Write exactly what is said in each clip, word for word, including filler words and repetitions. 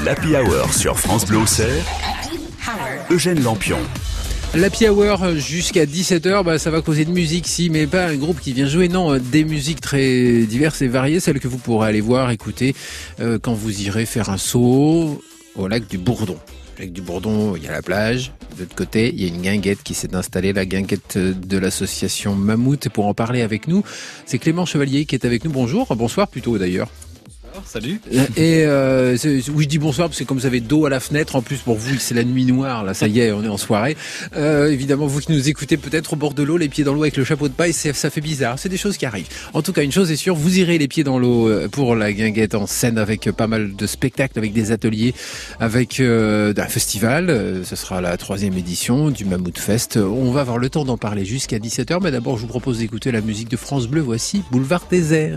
L'Happy Hour sur France Bleu Auxerre, Eugène Lampion. L'Happy Hour jusqu'à dix-sept heures, bah, ça va causer de musique, si, mais pas un groupe qui vient jouer, non, des musiques très diverses et variées, celles que vous pourrez aller voir, écouter, euh, quand vous irez faire un saut au lac du Bourdon. Le lac du Bourdon, il y a la plage. De l'autre côté, il y a une guinguette qui s'est installée, la guinguette de l'association Mammouth. Et pour en parler avec nous, c'est Clément Chevalier qui est avec nous. Bonjour, bonsoir plutôt d'ailleurs. Salut. Et euh, oui, je dis bonsoir parce que comme vous avez dos à la fenêtre, en plus pour vous c'est la nuit noire, là ça y est, on est en soirée. Euh, évidemment, vous qui nous écoutez peut-être au bord de l'eau, les pieds dans l'eau avec le chapeau de paille, ça fait bizarre. C'est des choses qui arrivent. En tout cas, une chose est sûre, vous irez les pieds dans l'eau pour la guinguette en scène avec pas mal de spectacles, avec des ateliers, avec euh, un festival. Ce sera la troisième édition du Mammouth Fest. On va avoir le temps d'en parler jusqu'à dix-sept heures, mais d'abord je vous propose d'écouter la musique de France Bleu. Voici Boulevard Désert.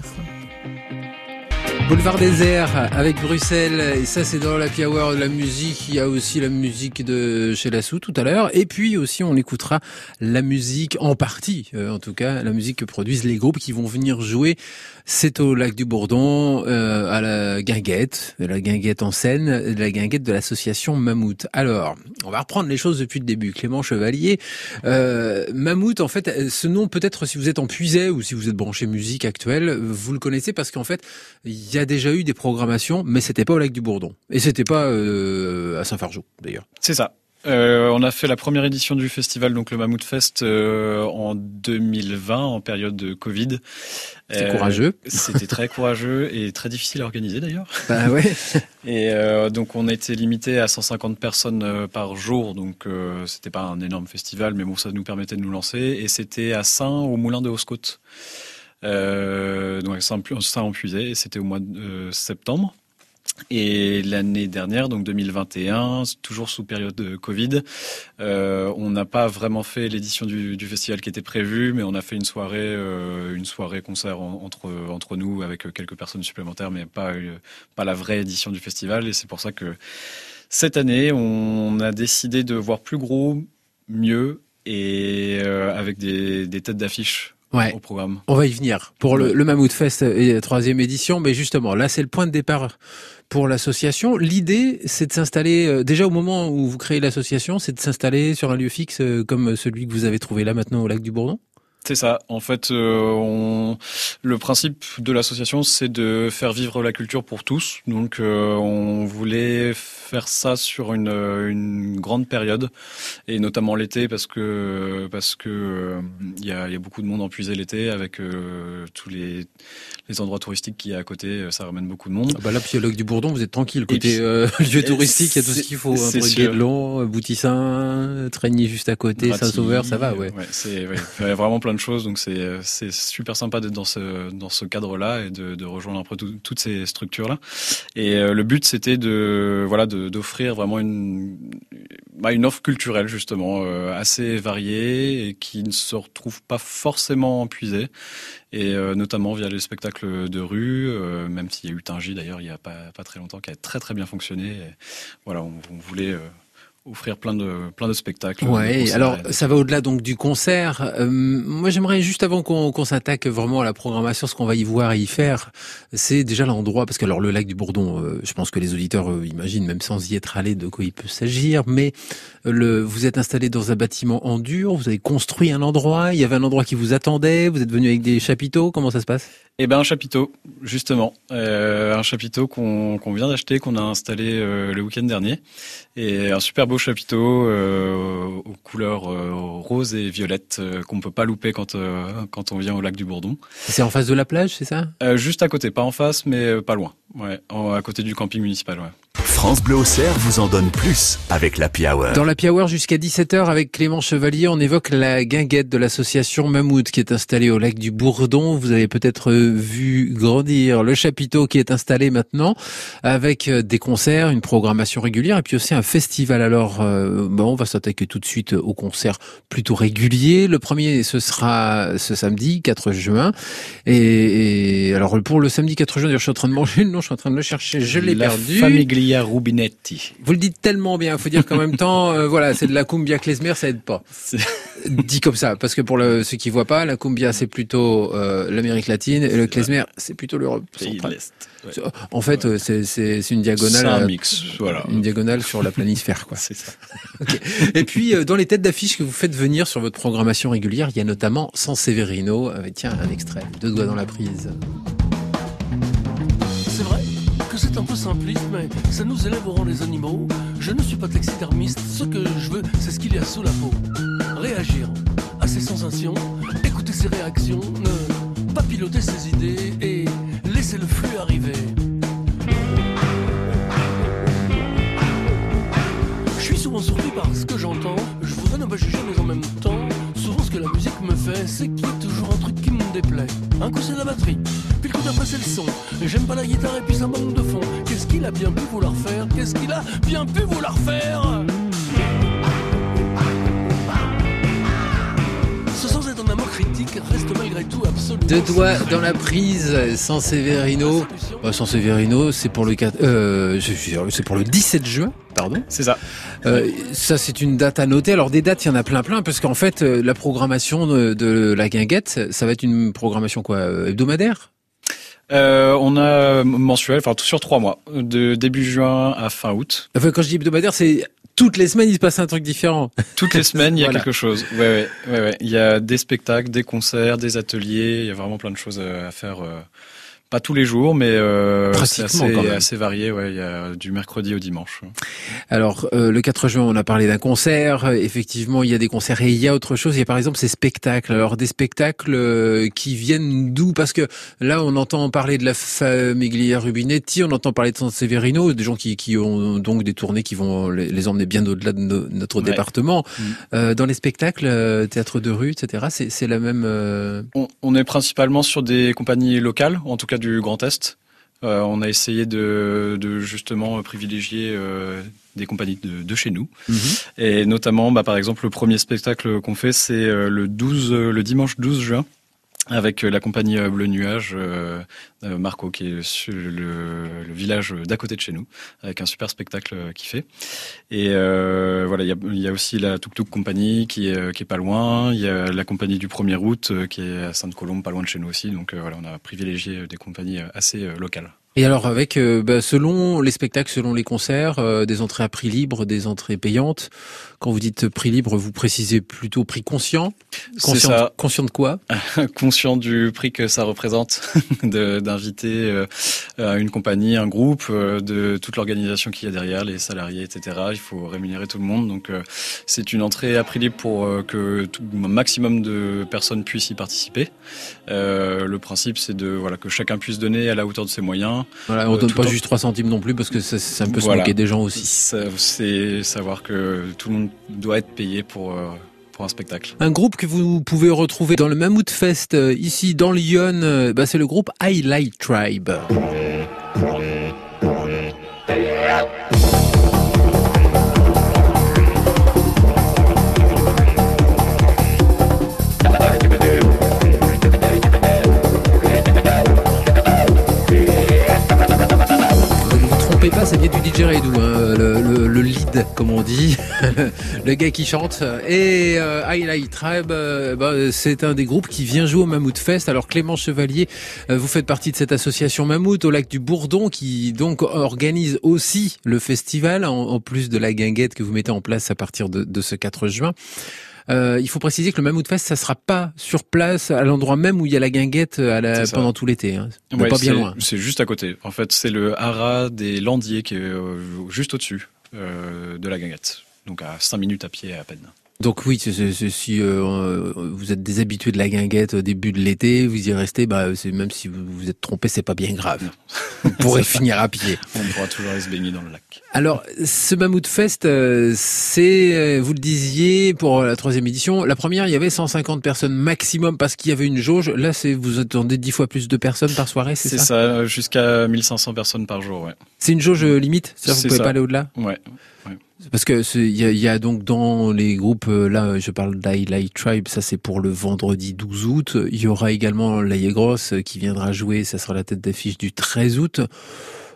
Boulevard Désert avec Bruxelles, et ça c'est dans l'Happy Hour de la musique. Il y a aussi la musique de chez Lassou tout à l'heure, et puis aussi on écoutera la musique en partie, euh, en tout cas la musique que produisent les groupes qui vont venir jouer. C'est au lac du Bourdon, euh, à la guinguette, la guinguette en scène, la guinguette de l'association Mammouth. Alors, on va reprendre les choses depuis le début. Clément Chevalier, euh, Mammouth, en fait, ce nom peut-être si vous êtes en Puisay ou si vous êtes branché musique actuelle, vous le connaissez parce qu'en fait, il y a déjà eu des programmations, mais c'était pas au lac du Bourdon. Et c'était pas euh, à Saint-Fargeau, d'ailleurs. C'est ça. Euh, on a fait la première édition du festival, donc le Mammouth Fest, euh, en deux mille vingt, en période de Covid. C'était euh, courageux. C'était très courageux et très difficile à organiser d'ailleurs. Bah ouais. Et euh, donc on a été limité à cent cinquante personnes euh, par jour, donc euh, c'était pas un énorme festival, mais bon, ça nous permettait de nous lancer. Et c'était à Saint, au Moulin de Hauscote. Euh, donc Saint-Empuisé, et c'était au mois de euh, septembre. Et l'année dernière, donc deux mille vingt et un, toujours sous période de Covid, euh, on n'a pas vraiment fait l'édition du, du festival qui était prévue, mais on a fait une soirée, euh, une soirée concert en, entre entre nous avec quelques personnes supplémentaires, mais pas pas la vraie édition du festival. Et c'est pour ça que cette année, on a décidé de voir plus gros, mieux et euh, avec des, des têtes d'affiche. Ouais. Au programme. On va y venir pour le, le Mammouth Fest et la troisième édition, mais justement là c'est le point de départ pour l'association. L'idée c'est de s'installer euh, déjà au moment où vous créez l'association, c'est de s'installer sur un lieu fixe euh, comme celui que vous avez trouvé là maintenant au lac du Bourdon. C'est ça. En fait, euh, on... le principe de l'association, c'est de faire vivre la culture pour tous. Donc, euh, on voulait faire ça sur une, une grande période, et notamment l'été, parce que parce que euh, y a, y a beaucoup de monde en Puisay l'été, avec euh, tous les les endroits touristiques qu'il y a à côté. Ça ramène beaucoup de monde. Ah bah là, puis au lac du Bourdon, vous êtes tranquille côté puis, euh, lieu touristique. Il y a tout ce qu'il faut. Entre Guédelon, Boutissin, Trégny juste à côté, Ratilly, Saint-Sauveur, ça va, ouais. ouais c'est ouais, il y a vraiment plein de choses, donc c'est c'est super sympa d'être dans ce dans ce cadre-là et de, de rejoindre un peu tout, toutes ces structures-là. Et euh, le but c'était de voilà de, d'offrir vraiment une bah, une offre culturelle justement euh, assez variée et qui ne se retrouve pas forcément épuisée, et euh, notamment via les spectacles de rue, euh, même s'il y a eu Tingy d'ailleurs il y a pas pas très longtemps qui a très très bien fonctionné. Et voilà, on, on voulait euh, offrir plein de plein de spectacles. Ouais, de alors ça va au-delà donc du concert. Euh, moi, j'aimerais juste avant qu'on, qu'on s'attaque vraiment à la programmation, ce qu'on va y voir et y faire, c'est déjà l'endroit, parce que alors le lac du Bourdon, euh, je pense que les auditeurs euh, imaginent même sans y être allés de quoi il peut s'agir. Mais le, vous êtes installé dans un bâtiment en dur, vous avez construit un endroit, il y avait un endroit qui vous attendait, vous êtes venu avec des chapiteaux. Comment ça se passe ? Eh ben un chapiteau, justement, euh, un chapiteau qu'on, qu'on vient d'acheter, qu'on a installé euh, le week-end dernier, et un super beau chapiteau euh, aux couleurs euh, rose et violette euh, qu'on peut pas louper quand euh, quand on vient au lac du Bourdon. C'est en face de la plage, c'est ça ? euh, Juste à côté, pas en face, mais euh, pas loin. Ouais, en, à côté du camping municipal. Ouais. France Bleu Auxerre vous en donne plus avec l'Happy Hour. Dans l'Happy Hour jusqu'à dix-sept heures avec Clément Chevalier, on évoque la guinguette de l'association Mammouth qui est installée au lac du Bourdon. Vous avez peut-être vu grandir le chapiteau qui est installé maintenant avec des concerts, une programmation régulière et puis aussi un festival. Alors, euh, bon, on va s'attaquer tout de suite aux concerts plutôt réguliers. Le premier, ce sera ce samedi quatre juin. Et, et alors pour le samedi quatre juin, je suis en train de manger le nom, je suis en train de le chercher, je l'ai La perdu. Famiglia Rubinetti. Vous le dites tellement bien, il faut dire qu'en même temps, euh, voilà, c'est de la cumbia klezmer, ça aide pas. C'est... Dit comme ça, parce que pour le, ceux qui voient pas, la cumbia c'est plutôt euh, l'Amérique latine et le klezmer c'est plutôt l'Europe centrale. Ouais. En fait, ouais. c'est, c'est, c'est une diagonale. C'est un mix, voilà. Une diagonale sur la planisphère, quoi. C'est ça. Okay. Et puis, euh, dans les têtes d'affiche que vous faites venir sur votre programmation régulière, il y a notamment San Severino. Avec, tiens, un extrait, deux doigts dans la prise. C'est vrai que c'est un peu simpliste, mais ça nous élève au rang des animaux. Je ne suis pas taxidermiste, ce que je veux, c'est ce qu'il y a sous la peau. Réagir à ses sensations, écouter ses réactions, ne pas piloter ses idées et laisser le flux arriver. Je suis souvent surpris par ce que j'entends, je voudrais ne pas juger mais en même temps, souvent ce que la musique me fait, c'est qu'il y a toujours un truc qui me déplaît. Un coup c'est la batterie, puis le coup d'après c'est le son. J'aime pas la guitare et puis ça manque de fond. Qu'est-ce qu'il a bien pu vouloir faire? Qu'est-ce qu'il a bien pu vouloir faire? Ce sans être un amour critique reste malgré tout absolument. Deux doigts dans la prise, San Severino. Bah, San Severino, c'est pour le quatre, euh, c'est pour le dix-sept juin. Pardon. C'est ça. Euh, ça, c'est une date à noter. Alors, des dates, il y en a plein, plein, parce qu'en fait, la programmation de, de la guinguette, ça va être une programmation quoi, hebdomadaire? Euh, on a mensuel, enfin tout sur trois mois, de début juin à fin août. Enfin, quand je dis hebdomadaire, c'est toutes les semaines, il se passe un truc différent. Toutes les semaines, il y a voilà. quelque chose. Ouais, ouais, ouais, ouais. Il y a des spectacles, des concerts, des ateliers. Il y a vraiment plein de choses à faire. Euh, pas tous les jours, mais euh, c'est assez, assez varié. Ouais, il y a du mercredi au dimanche. Alors, euh, le quatre juin, on a parlé d'un concert. Effectivement, il y a des concerts et il y a autre chose. Il y a par exemple ces spectacles. Alors, des spectacles euh, qui viennent d'où? Parce que là, on entend parler de la Famiglia Rubinetti, on entend parler de San Severino, des gens qui, qui ont donc des tournées qui vont les, les emmener bien au-delà de no, notre ouais. département. Mmh. Euh, dans les spectacles, euh, théâtre de rue, et cetera, c'est, c'est la même... Euh... On, on est principalement sur des compagnies locales, en tout cas du Grand Est. Euh, on a essayé de, de justement privilégier euh, des compagnies de, de chez nous. Mmh. Et notamment, bah, par exemple, le premier spectacle qu'on fait, c'est euh, le douze, le dimanche douze juin, avec la compagnie Bleu Nuage, euh, Marco, qui est sur le, le village d'à côté de chez nous, avec un super spectacle qu'il fait. Et euh, voilà, il y a, il y a aussi la Tuk Tuk Compagnie qui est, qui est pas loin. Il y a la compagnie du premier août qui est à Sainte-Colombe, pas loin de chez nous aussi. Donc euh, voilà, on a privilégié des compagnies assez euh, locales. Et alors avec, euh, bah, selon les spectacles, selon les concerts, euh, des entrées à prix libre, des entrées payantes. Quand vous dites prix libre, vous précisez plutôt prix conscient. Conscient, c'est ça. De, conscient de quoi? Conscient du prix que ça représente, de, d'inviter euh, une compagnie, un groupe, euh, de toute l'organisation qu'il y a derrière, les salariés, et cetera. Il faut rémunérer tout le monde. Donc euh, c'est une entrée à prix libre pour euh, que tout, un maximum de personnes puissent y participer. Euh, le principe, c'est de voilà que chacun puisse donner à la hauteur de ses moyens. Voilà, on euh, donne pas en... juste trois centimes non plus parce que ça, c'est un peu voilà. se moquer des gens aussi. Ça, c'est savoir que tout le monde doit être payé pour euh, pour un spectacle. Un groupe que vous pouvez retrouver dans le Mammouth Fest euh, ici dans Lyon, euh, bah, c'est le groupe Highlight Tribe. Pas, ça vient du D J Redou, hein, le, le, le lead, comme on dit, le gars qui chante. Et euh, Highlight Tribe, euh, bah, c'est un des groupes qui vient jouer au Mammouth Fest. Alors Clément Chevalier, euh, vous faites partie de cette association Mammouth au lac du Bourdon, qui donc organise aussi le festival, en, en plus de la guinguette que vous mettez en place à partir de, de ce quatre juin. Euh, il faut préciser que le Mammouth Fest, ça sera pas sur place, à l'endroit même où il y a la guinguette à la, pendant tout l'été. Hein. Ouais, pas bien loin. C'est juste à côté. En fait, c'est le haras des Landiers qui est euh, juste au-dessus euh, de la guinguette. Donc à cinq minutes à pied à peine. Donc oui, c'est, c'est, si euh, vous êtes des habitués de la guinguette au début de l'été, vous y restez, bah, c'est, même si vous vous êtes trompé, c'est pas bien grave. Vous pourrez finir à pied. On pourra toujours aller se baigner dans le lac. Alors, ce Mammouth Fest, euh, c'est, vous le disiez, pour la troisième édition. La première, il y avait cent cinquante personnes maximum parce qu'il y avait une jauge. Là, c'est vous attendez dix fois plus de personnes par soirée, c'est, c'est ça? C'est ça, jusqu'à mille cinq cents personnes par jour, ouais. C'est une jauge limite? C'est-à-dire que vous pouvez ça. Pas aller au-delà? Ouais. Ouais. Parce que il y, y a donc dans les groupes, là je parle d'Highlight Tribe, ça c'est pour le vendredi douze août. Il y aura également La Grosse qui viendra jouer, ça sera la tête d'affiche du treize août.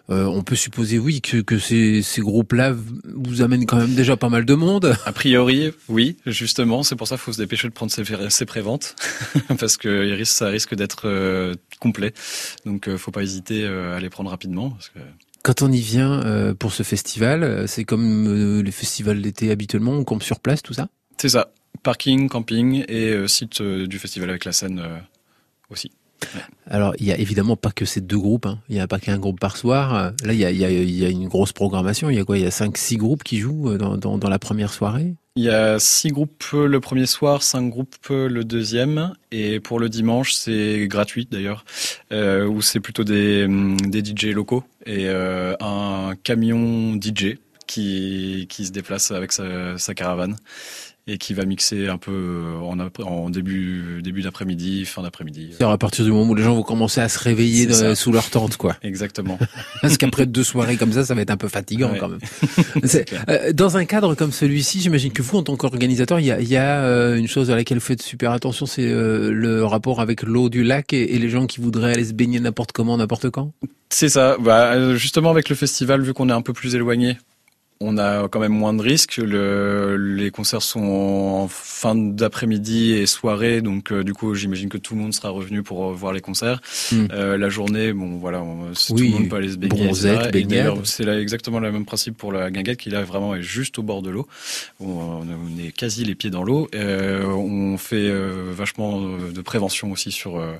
Euh, on peut supposer, oui, que, que ces, ces groupes-là vous amènent quand même déjà pas mal de monde. A priori, oui, justement. C'est pour ça qu'il faut se dépêcher de prendre ses, ses préventes parce que ça risque d'être euh, complet. Donc, euh, faut pas hésiter euh, à les prendre rapidement. Parce que... Quand on y vient euh, pour ce festival, c'est comme euh, les festivals d'été habituellement, on campe sur place, tout ça ? C'est ça. Parking, camping et euh, site euh, du festival avec la scène euh, aussi. Ouais. Alors, il y a évidemment pas que ces deux groupes, hein. Il y a pas qu'un groupe par soir. Là, il y a, il y a, il y a une grosse programmation. Il y a quoi? Il y a cinq, six groupes qui jouent dans, dans, dans la première soirée. Il y a six groupes le premier soir, cinq groupes le deuxième. Et pour le dimanche, c'est gratuit d'ailleurs, euh, où c'est plutôt des, des D J locaux et euh, un camion D J qui, qui se déplace avec sa, sa caravane. Et qui va mixer un peu en, en début, début d'après-midi, fin d'après-midi. C'est à partir du moment où les gens vont commencer à se réveiller de, sous leur tente, quoi. Exactement. Parce qu'après deux soirées comme ça, ça va être un peu fatigant, ouais. Quand même. C'est, euh, dans un cadre comme celui-ci, j'imagine que vous, en tant qu'organisateur, il y a, il y a euh, une chose à laquelle vous faites super attention, c'est euh, le rapport avec l'eau du lac et, et les gens qui voudraient aller se baigner n'importe comment, n'importe quand. C'est ça. Bah, justement, avec le festival, vu qu'on est un peu plus éloigné, on a quand même moins de risques. Le, les concerts sont en fin d'après-midi et soirée, donc euh, du coup, j'imagine que tout le monde sera revenu pour euh, voir les concerts. Mm. Euh, la journée, bon, voilà, on, oui, tout le monde peut aller se baigner. Bronzette, baignade. D'ailleurs, c'est là exactement le même principe pour la guinguette, qui là vraiment est juste au bord de l'eau. On, on est quasi les pieds dans l'eau. Euh, on fait euh, vachement de prévention aussi sur. Euh,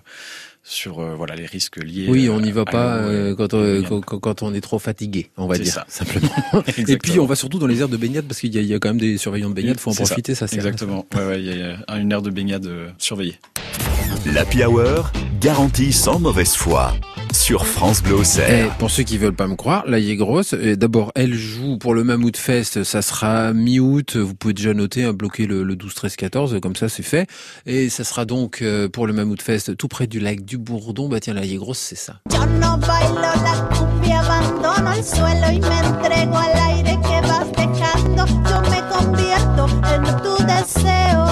sur euh, voilà les risques liés. Oui, on n'y va pas euh, quand, euh, quand, quand on est trop fatigué, on va c'est dire ça. Simplement. Et puis on va surtout dans les aires de baignade parce qu'il y a, il y a quand même des surveillants de baignade, faut en c'est profiter, ça, ça c'est exactement. Ouais, ouais, il y a une aire de baignade euh, surveillée. L'Happy Hour, garantie sans mauvaise foi. Sur France Bleu Auxerre. Et pour ceux qui veulent pas me croire, là, il est grosse. Et d'abord, elle joue pour le Mammouth Fest. Ça sera mi-août. Vous pouvez déjà noter, hein, bloquer le, le douze, treize, quatorze. Comme ça, c'est fait. Et ça sera donc euh, pour le Mammouth Fest tout près du lac du Bourdon. Bah tiens, là, il est grosse, c'est ça. Yo no bailo la cumbia, abandono el suelo y me entrego al aire que vas dejando. Yo me convierto en tu deseo.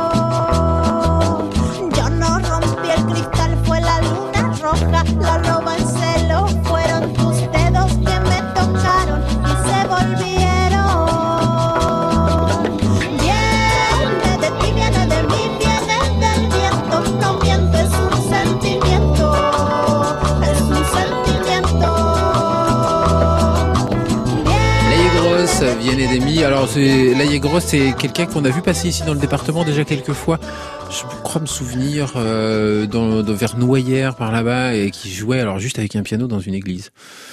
Yo no rompí el cristal, fue la luna roja. La loba en celo fueron tus dedos que me tocaron y se volvieron. Viene de ti, viene de mí, viene del viento. No miento, es un sentimiento, es un sentimiento. Laïe Grosse, Vienne d'Emi. Alors, c'est, Laïe Grosse, c'est quelqu'un qu'on a vu passer ici dans le département déjà quelques fois. Je crois me souvenir euh, dans, dans, vers Noyères par là-bas et qui jouait alors juste avec un piano dans une église.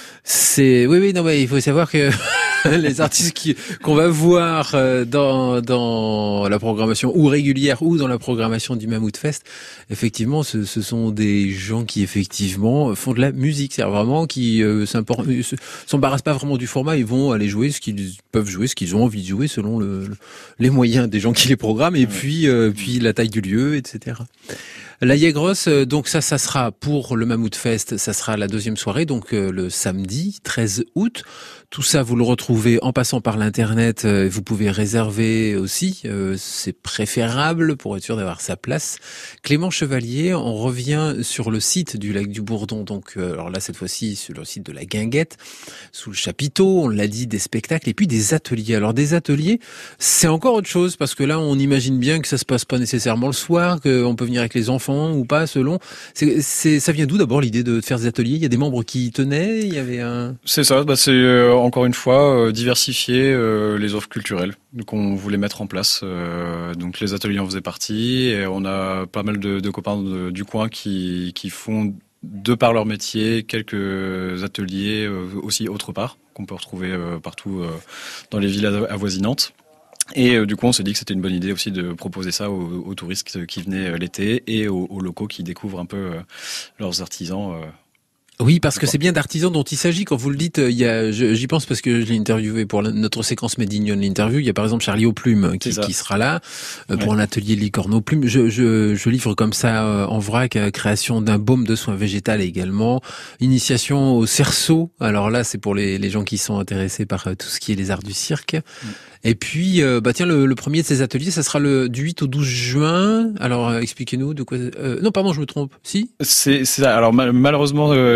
C'est oui oui non mais il faut savoir que les artistes qui qu'on va voir dans dans la programmation ou régulière ou dans la programmation du Mammouth Fest, effectivement ce, ce sont des gens qui effectivement font de la musique, c'est vraiment qui euh, s'embarrassent pas vraiment du format, ils vont aller jouer ce qu'ils peuvent jouer, ce qu'ils ont envie de jouer selon le, le les moyens des gens qui les programment et puis euh, puis la taille du lieu, et cetera. La Grosse, donc ça, ça sera pour le Mammouth Fest, ça sera la deuxième soirée, donc euh, le samedi treize août. Tout ça, vous le retrouvez en passant par l'internet. Euh, vous pouvez réserver aussi, euh, c'est préférable pour être sûr d'avoir sa place. Clément Chevalier, on revient sur le site du lac du Bourdon. Donc, euh, alors là, cette fois-ci, sur le site de la Guinguette, sous le chapiteau, on l'a dit, des spectacles et puis des ateliers. Alors des ateliers, c'est encore autre chose parce que là, on imagine bien que ça se passe pas nécessairement le soir, qu'on peut venir avec les enfants ou pas, selon. C'est, c'est, ça vient d'où d'abord l'idée de faire des ateliers? Il y a des membres qui y tenaient, il y avait un... C'est ça, bah c'est euh, encore une fois euh, diversifier euh, les offres culturelles qu'on voulait mettre en place. Euh, donc les ateliers en faisaient partie et on a pas mal de, de copains de, du coin qui, qui font, de par leur métier, quelques ateliers euh, aussi autre part, qu'on peut retrouver euh, partout euh, dans les villes avoisinantes. Et euh, du coup, on s'est dit que c'était une bonne idée aussi de proposer ça aux, aux touristes qui venaient euh, l'été et aux, aux locaux qui découvrent un peu euh, leurs artisans. Euh, Oui, parce que c'est bien d'artisans dont il s'agit. Quand vous le dites, il y a, j'y pense parce que je l'ai interviewé pour notre séquence Made in Lyon, l'interview. Il y a par exemple Charlie aux plumes qui, qui sera là euh, pour ouais. un atelier licorne aux plumes. Je, je, je livre comme ça euh, en vrac, euh, création d'un baume de soins végétal également, initiation au cerceau. Alors là, c'est pour les, les gens qui sont intéressés par euh, tout ce qui est les arts du cirque. Mm. Et puis, euh, bah tiens, le, le premier de ces ateliers, ça sera le du huit au douze juin. Alors, euh, expliquez-nous de quoi. Euh, non, pardon, je me trompe. Si. C'est, c'est ça. Alors mal, malheureusement. Euh...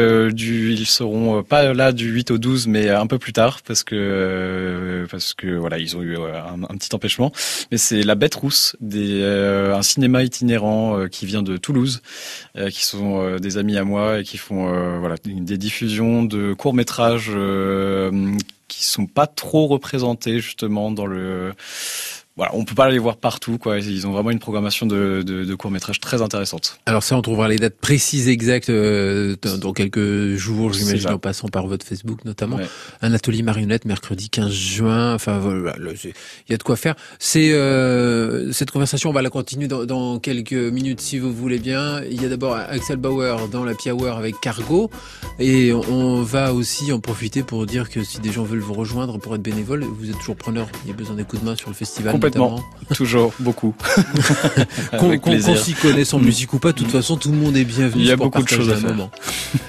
euh, du, ils seront pas là du huit au douze, mais un peu plus tard, parce que euh, parce que voilà, ils ont eu un, un petit empêchement. Mais c'est La Bête Rousse, des, euh, un cinéma itinérant euh, qui vient de Toulouse, euh, qui sont euh, des amis à moi et qui font euh, voilà des diffusions de courts métrages euh, qui sont pas trop représentés justement dans le. Voilà, on peut pas les voir partout, quoi. Ils ont vraiment une programmation de, de, de courts-métrages très intéressante. Alors ça, on trouvera les dates précises exactes euh, dans quelques jours, j'imagine, en passant par votre Facebook notamment. Ouais. Un atelier marionnette mercredi quinze juin. Enfin, voilà, il y a de quoi faire. C'est euh, cette conversation, on va la continuer dans, dans quelques minutes si vous voulez bien. Il y a d'abord Axel Bauer dans l'Happy Hour avec Cargo, et on va aussi en profiter pour dire que si des gens veulent vous rejoindre pour être bénévole, vous êtes toujours preneur. Il y a besoin des coups de main sur le festival. Complètement, toujours, beaucoup. qu'on qu'on qu s'y connaisse en musique ou pas, de toute façon, tout le monde est bienvenu. Il y a beaucoup de choses à faire. Moment.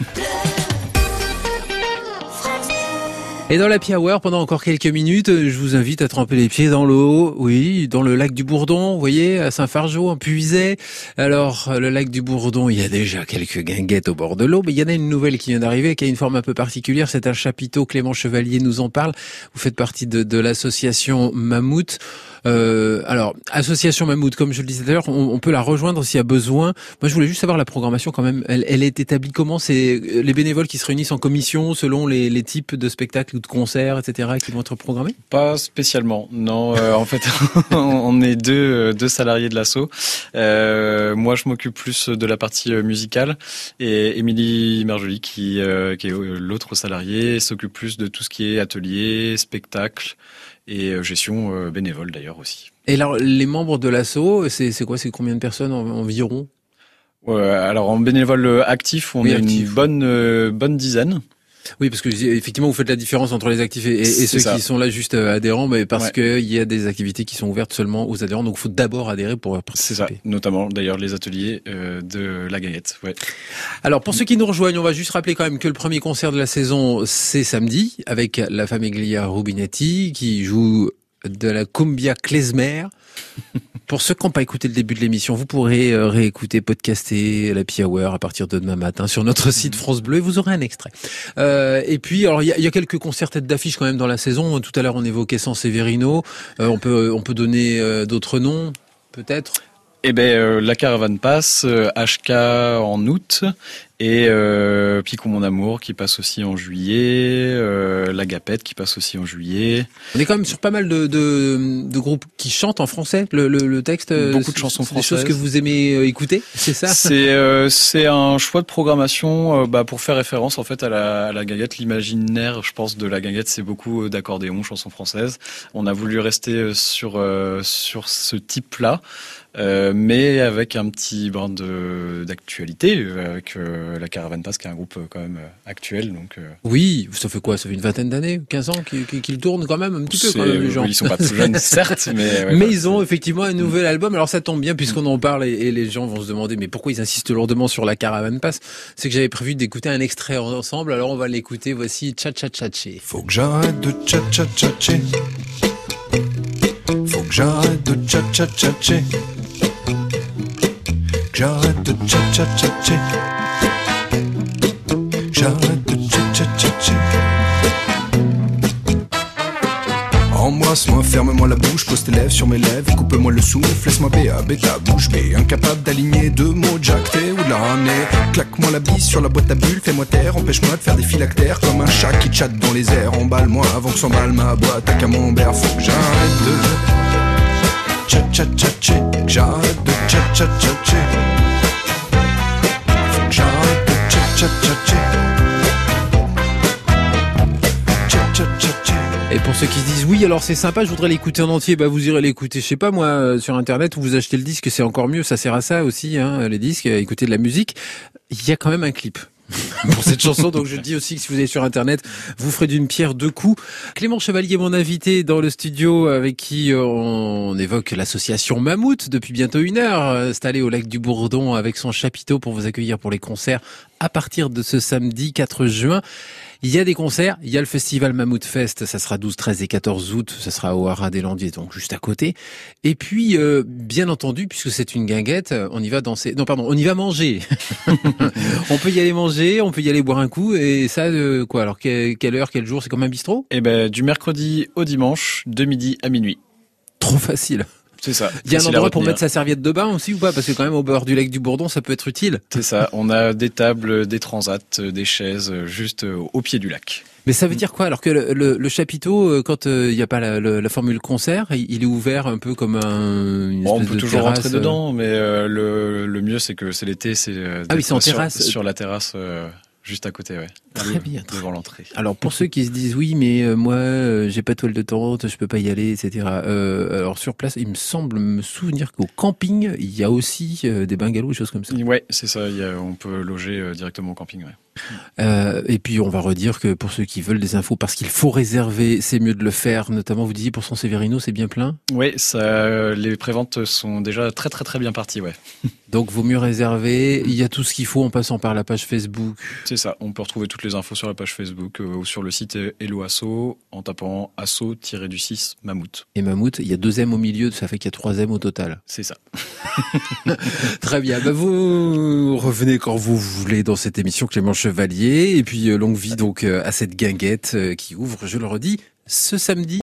Et dans l'Happy Hour, pendant encore quelques minutes, je vous invite à tremper les pieds dans l'eau, oui, dans le lac du Bourdon, vous voyez, à Saint-Fargeau, en Puisaye. Alors, le lac du Bourdon, il y a déjà quelques guinguettes au bord de l'eau, mais il y en a une nouvelle qui vient d'arriver, qui a une forme un peu particulière, c'est un chapiteau. Clément Chevalier nous en parle. Vous faites partie de, de l'association Mammouth. Euh, alors, association Mammouth, comme je le disais tout à l'heure, on, on peut la rejoindre s'il y a besoin. Moi, je voulais juste savoir la programmation quand même. Elle, elle est établie comment? C'est les bénévoles qui se réunissent en commission selon les, les types de spectacles ou de concerts, et cetera, qui vont être programmés? Pas spécialement, non. Euh, en fait, on est deux, deux salariés de l'asso. Euh, moi, je m'occupe plus de la partie musicale, et Émilie Marjoli, qui, euh, qui est l'autre salarié, s'occupe plus de tout ce qui est atelier, spectacle. Et gestion euh, bénévole d'ailleurs aussi. Et alors, les membres de l'asso, c'est, c'est quoi? C'est combien de personnes environ? Ouais, alors en bénévole actif, on oui, est actif. une bonne euh, bonne dizaine. Oui, parce que effectivement, vous faites la différence entre les actifs et, et ceux ça. qui sont là juste adhérents, mais parce ouais. que il y a des activités qui sont ouvertes seulement aux adhérents, donc il faut d'abord adhérer pour participer. C'est ça, notamment d'ailleurs les ateliers euh, de la Gaillette. Ouais. Alors pour ceux qui nous rejoignent, on va juste rappeler quand même que le premier concert de la saison, c'est samedi, avec la Famiglia Rubinetti qui joue de la cumbia klezmer. Pour ceux qui n'ont pas écouté le début de l'émission, vous pourrez euh, réécouter, podcaster l'Happy Hour à partir de demain matin sur notre site France Bleu et vous aurez un extrait. Euh, et puis, alors il y a, y a quelques concerts tête d'affiche quand même dans la saison. Tout à l'heure, on évoquait Sanseverino. Euh, on peut on peut donner euh, d'autres noms, peut-être. Eh ben, euh, la Caravane passe, euh, H K en août, et euh, Picon mon amour qui passe aussi en juillet, euh, La Gapette qui passe aussi en juillet. On est quand même sur pas mal de, de, de groupes qui chantent en français. Le, le, le texte, beaucoup de chansons françaises. Des choses que vous aimez écouter, c'est ça? C'est euh, c'est un choix de programmation euh, bah, pour faire référence en fait à la, à la guinguette. L'imaginaire, je pense, de la guinguette, c'est beaucoup d'accordéon, chansons françaises. On a voulu rester sur euh, sur ce type-là. Euh, mais avec un petit brin de d'actualité, avec euh, la Caravane Passe, qui est un groupe euh, quand même euh, actuel. Donc euh... oui, ça fait quoi? Ça fait une vingtaine d'années, quinze ans qu'ils qu'ils tournent quand même un petit peu. Quand même, les gens. Oui, ils sont pas tout jeunes, certes, mais ouais, mais bah, ils ont effectivement un nouvel album. Alors ça tombe bien puisqu'on en parle et, et les gens vont se demander mais pourquoi ils insistent lourdement sur la Caravane Passe? C'est que j'avais prévu d'écouter un extrait ensemble. Alors on va l'écouter. Voici Cha Cha Cha Che. Faut que j'arrête de cha cha cha che. Faut que j'arrête de cha cha cha che. J'arrête de cha cha cha che. J'arrête de cha cha cha che. Embrasse-moi, ferme-moi la bouche, pose tes lèvres sur mes lèvres, coupe-moi le souffle, laisse-moi béa, bêta, bouche bée, incapable d'aligner deux mots jactés ou de la ramener. Claque-moi la bise sur la boîte à bulles, fais-moi taire, empêche-moi de faire des phylactères comme un chat qui chatte dans les airs. Emballe-moi avant que s'emballe ma boîte à camembert. Faut que j'arrête de cha cha cha che. J'arrête de cha cha cha che. Faut que j'arrête de cha cha cha che. Cha cha cha che. Et pour ceux qui se disent oui, alors c'est sympa, je voudrais l'écouter en entier, bah vous irez l'écouter, je sais pas moi, euh, sur internet, ou vous achetez le disque, c'est encore mieux, ça sert à ça aussi, hein, les disques, à écouter de la musique. Il y a quand même un clip pour cette chanson, donc je dis aussi que si vous allez sur internet, vous ferez d'une pierre deux coups. Clément Chevalier, mon invité dans le studio, avec qui on évoque l'association Mammouth depuis bientôt une heure, installée au lac du Bourdon avec son chapiteau pour vous accueillir pour les concerts à partir de ce samedi quatre juin. Il y a des concerts, il y a le festival Mammouth Fest, ça sera douze, treize et quatorze août, ça sera au Haras des Landiers, donc juste à côté. Et puis, euh, bien entendu, puisque c'est une guinguette, on y va danser. Non, pardon, on y va manger. On peut y aller manger, on peut y aller boire un coup, et ça, euh, quoi alors, que, quelle heure, quel jour, c'est comme un bistrot? Eh ben, du mercredi au dimanche, de midi à minuit. Trop facile. C'est ça. Il y a un endroit pour mettre sa serviette de bain aussi ou pas? Parce que quand même au bord du lac du Bourdon, ça peut être utile. C'est ça. On a des tables, des transats, des chaises juste au pied du lac. Mais ça veut dire quoi? Alors que le, le, le chapiteau, quand il euh, n'y a pas la, la, la formule concert, il est ouvert un peu comme un. Une bon, on peut de toujours terrasse. rentrer dedans, mais euh, le, le mieux c'est que c'est l'été, c'est euh, ah oui, c'est en sur, terrasse sur la terrasse. Euh, Juste à côté, ouais. Très bien. Devant l'entrée. Alors pour ceux qui se disent oui, mais euh, moi euh, j'ai pas de toile de tente, je peux pas y aller, et cetera. Euh, alors sur place, il me semble me souvenir qu'au camping, il y a aussi euh, des bungalows, des choses comme ça. Ouais, c'est ça. Il y a, on peut loger euh, directement au camping. Ouais. Euh, et puis on va redire que pour ceux qui veulent des infos, parce qu'il faut réserver, c'est mieux de le faire. Notamment, vous disiez pour San Severino, c'est bien plein. Oui, ça, les préventes sont déjà très très très bien parties, ouais. Donc vaut mieux réserver. Il y a tout ce qu'il faut en passant par la page Facebook. C'est ça. On peut retrouver toutes les infos sur la page Facebook euh, ou sur le site Hello Asso en tapant Asso-du six Mammouth. Et Mammouth, il y a deux M au milieu, ça fait qu'il y a trois M au total. C'est ça. Très bien. Bah vous revenez quand vous voulez dans cette émission Clément Chevalier. Et puis longue vie donc à cette guinguette qui ouvre, je le redis, ce samedi.